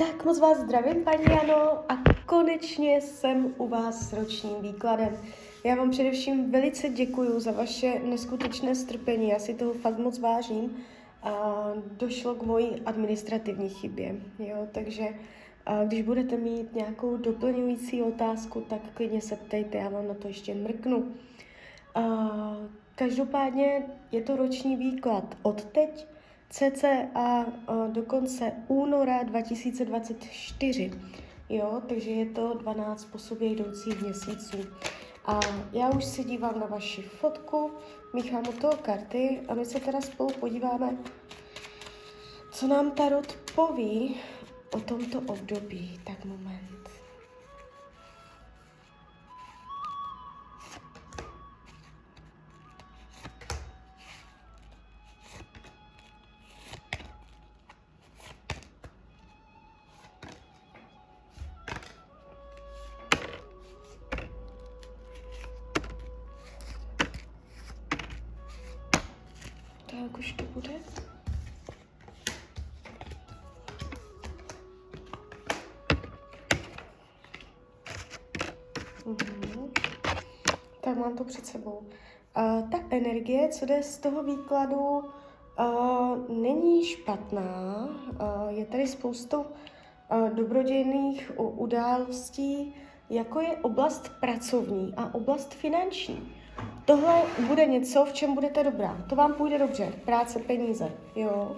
Tak moc vás zdravím, paní Jano, a konečně jsem u vás s ročním výkladem. Já vám především velice děkuju za vaše neskutečné strpení, já si toho fakt moc vážím. Došlo k mojí administrativní chybě, jo? Takže když budete mít nějakou doplňující otázku, tak klidně se ptejte, já vám na to ještě mrknu. Každopádně je to roční výklad od teď cca do konce února 2024, jo, takže je to 12 po sobě jdoucích měsíců. A já už se dívám na vaši fotku, míchám u toho karty a my se teda spolu podíváme, co nám tarot poví o tomto období. Tak moment. Tak už to bude. Tak mám to před sebou. Ta energie, co jde z toho výkladu, není špatná. Je tady spoustu dobrodějných událostí, jako je oblast pracovní a oblast finanční. Tohle bude něco, v čem budete dobrá. To vám půjde dobře. Práce, peníze, jo.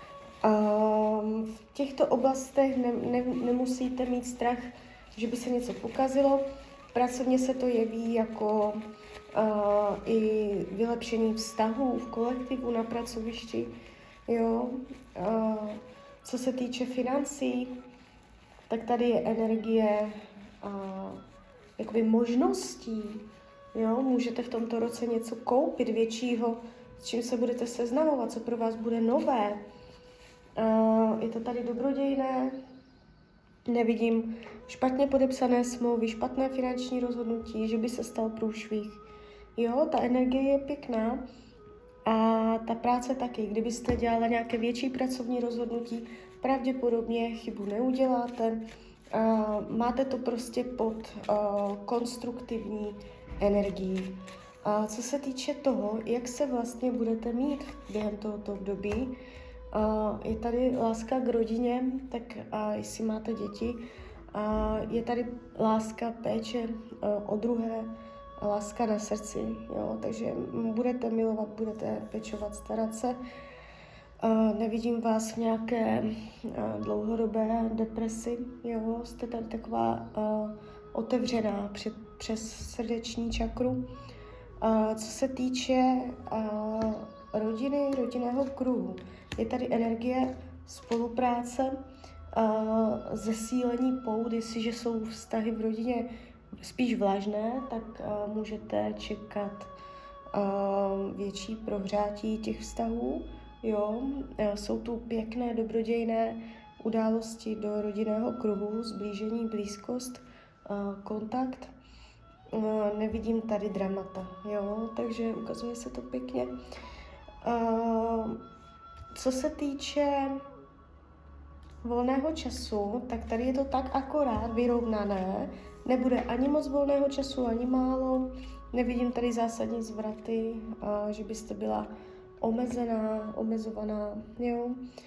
V těchto oblastech nemusíte mít strach, že by se něco pokazilo. Pracovně se to jeví jako i vylepšení vztahů v kolektivu na pracovišti, jo. Co se týče financí, tak tady je energie jakoby možností, jo. Můžete v tomto roce něco koupit většího, s čím se budete seznamovat, co pro vás bude nové. Je to tady dobrodějné, nevidím špatně podepsané smlouvy, špatné finanční rozhodnutí, že by se stal průšvih. Jo, ta energie je pěkná a ta práce taky. Kdybyste dělala nějaké větší pracovní rozhodnutí, pravděpodobně chybu neuděláte. Máte to prostě pod konstruktivní energií. Co se týče toho, jak se vlastně budete mít během tohoto období, je tady láska k rodině, tak jestli máte děti, je tady láska, péče o druhé, láska na srdci, jo, takže budete milovat, budete pečovat, starat se. Nevidím vás v nějaké dlouhodobé depresi, jo, jste tady taková otevřená přes srdeční čakru. Co se týče rodiny, rodinného kruhu, je tady energie spolupráce, zesílení pout, jestliže jsou vztahy v rodině spíš vlažné, tak můžete čekat větší prohřátí těch vztahů. Jo? Jsou tu pěkné, dobrodějné události do rodinného kruhu, zblížení, blízkost, kontakt. Nevidím tady dramata, jo? Takže ukazuje se to pěkně. Co se týče volného času, tak tady je to tak akorát vyrovnané. Nebude ani moc volného času, ani málo. Nevidím tady zásadní zvraty, že byste byla omezená, omezovaná. Jo?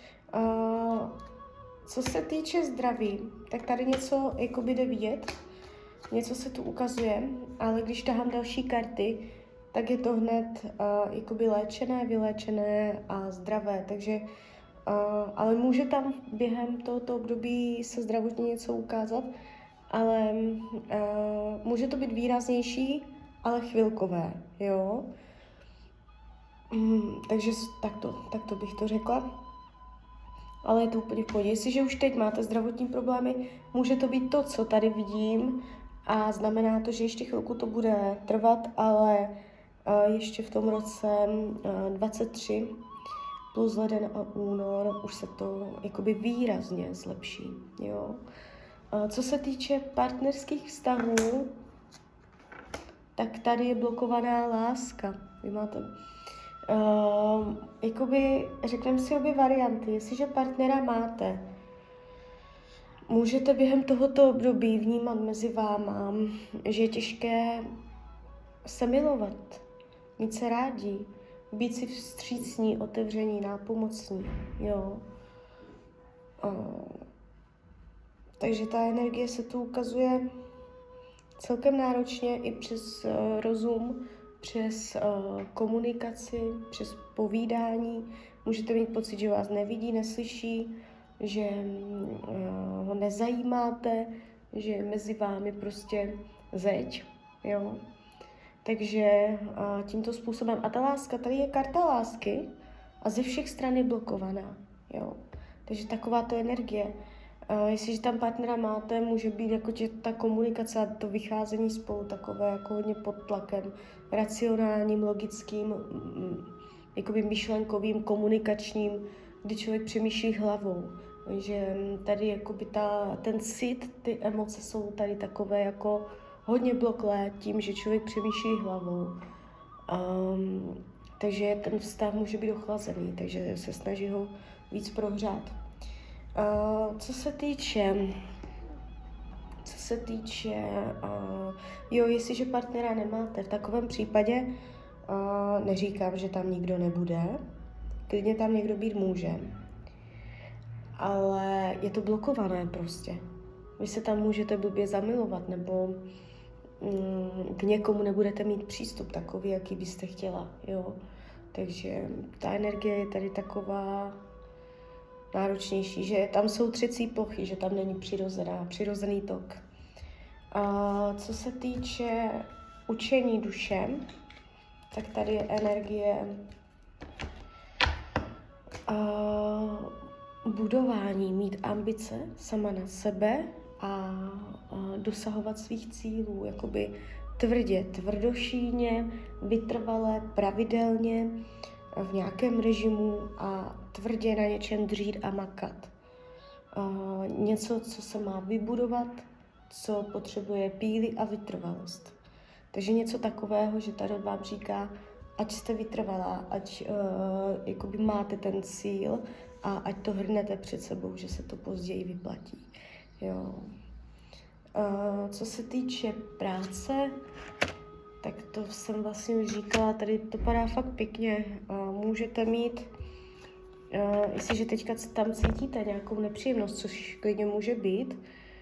Co se týče zdraví, tak tady něco jakoby jde vidět. Něco se tu ukazuje, ale když tahám další karty, tak je to hned jakoby léčené, vyléčené a zdravé, takže ale může tam během tohoto období se zdravotně něco ukázat, ale může to být výraznější, ale chvilkové, jo. Takže takto bych to řekla. Ale je to úplně v pohodě. Jestliže už teď máte zdravotní problémy, může to být to, co tady vidím, a znamená to, že ještě chvilku to bude trvat, ale ještě v tom roce 23 plus leden a únor už se to jakoby výrazně zlepší. Jo? Co se týče partnerských vztahů, tak tady je blokovaná láska. Vy máte jakoby, řekneme si obě varianty. Jestliže partnera máte, Můžete během tohoto období vnímat mezi váma, že je těžké se milovat, mít se rádi, být si vstřícní, otevření, nápomocní, jo. Takže ta energie se tu ukazuje celkem náročně i přes rozum, přes komunikaci, přes povídání. Můžete mít pocit, že vás nevidí, neslyší, že ho nezajímáte, že je mezi vámi prostě zeď, jo. Takže tímto způsobem. A ta láska, tady je karta lásky a ze všech stran je blokovaná, jo. Takže takováto energie. Jestliže tam partnera máte, může být jako ta komunikace a to vycházení spolu takové jako hodně pod tlakem, racionálním, logickým, jakoby myšlenkovým, komunikačním, kdy člověk přemýšlí hlavou. Že tady jakoby ten cit, ty emoce jsou tady takové jako hodně bloklé tím, že člověk přemýšlí hlavou. Takže ten vztah může být ochlazený, takže se snaží ho víc prohřát. Co se týče, jestliže partnera nemáte, v takovém případě neříkám, že tam nikdo nebude, klidně tam někdo být může, ale je to blokované prostě. Vy se tam můžete blbě zamilovat, nebo k někomu nebudete mít přístup takový, jaký byste chtěla, jo. Takže ta energie je tady taková náročnější, že tam jsou třecí plochy, že tam není přirozený tok. Co se týče učení duše, tak tady je energie budování, mít ambice sama na sebe a dosahovat svých cílů, jakoby tvrdošíjně, vytrvale, pravidelně, v nějakém režimu a tvrdě na něčem dřít a makat. Něco, co se má vybudovat, co potřebuje píly a vytrvalost. Takže něco takového, že tady vám říká, ať jste vytrvalá, ať jakoby máte ten cíl a ať to hrnete před sebou, že se to později vyplatí. Jo. Co se týče práce, tak to jsem vlastně už říkala, tady to padá fakt pěkně. Můžete mít, jestliže teďka tam cítíte nějakou nepříjemnost, což klidně může být,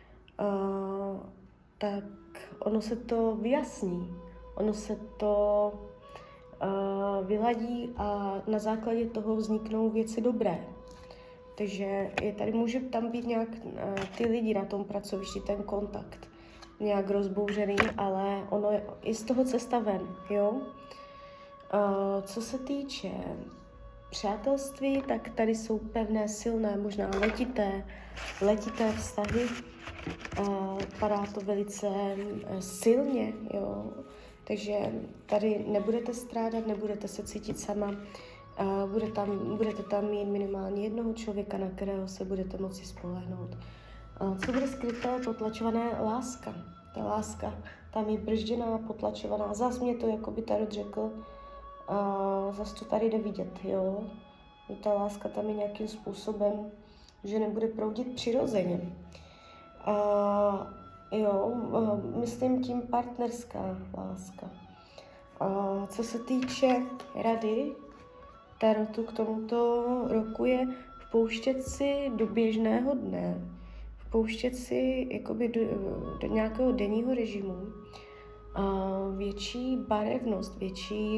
tak ono se to vyjasní, ono se to vyladí a na základě toho vzniknou věci dobré. Takže může tam být nějak ty lidi na tom pracovišti, ten kontakt nějak rozbouřený, ale ono je z toho cesta ven, jo. Co se týče přátelství, tak tady jsou pevné, silné, možná letité vztahy. Padá to velice silně, jo. Takže tady nebudete strádat, nebudete se cítit sama. Budete tam mít minimálně jednoho člověka, na kterého se budete moci spolehnout. Co bude skryté, potlačované láska. Ta láska tam je bržděná, potlačovaná. Zas mě to, jako by Tarot řekl, zas to tady jde vidět, jo. Ta láska tam je nějakým způsobem, že nebude proudit přirozeně. Myslím tím partnerská láska. Co se týče rady Tarotu k tomuto roku je vpouštět si do běžného dne, vpouštět si jakoby do nějakého denního režimu větší barevnost, větší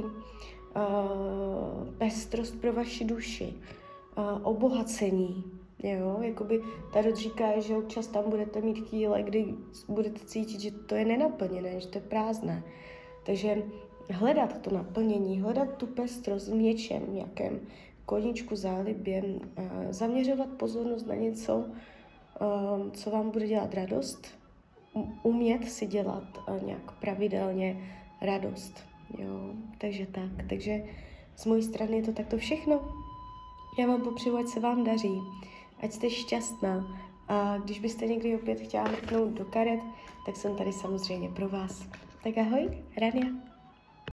pestrost pro vaši duši, obohacení. Jo? Jakoby Tarot říká, že občas tam budete mít chvíle, kdy budete cítit, že to je nenaplněné, že to je prázdné. Takže hledat to naplnění, hledat tu pestrost v něčem, nějakém koníčku, zálibě, zaměřovat pozornost na něco, co vám bude dělat radost, umět si dělat nějak pravidelně radost. Jo? Takže z mojí strany je to takto všechno. Já vám popřeju, ať se vám daří, ať jste šťastná. A když byste někdy opět chtěla mrknout do karet, tak jsem tady samozřejmě pro vás. Tak ahoj, Rania.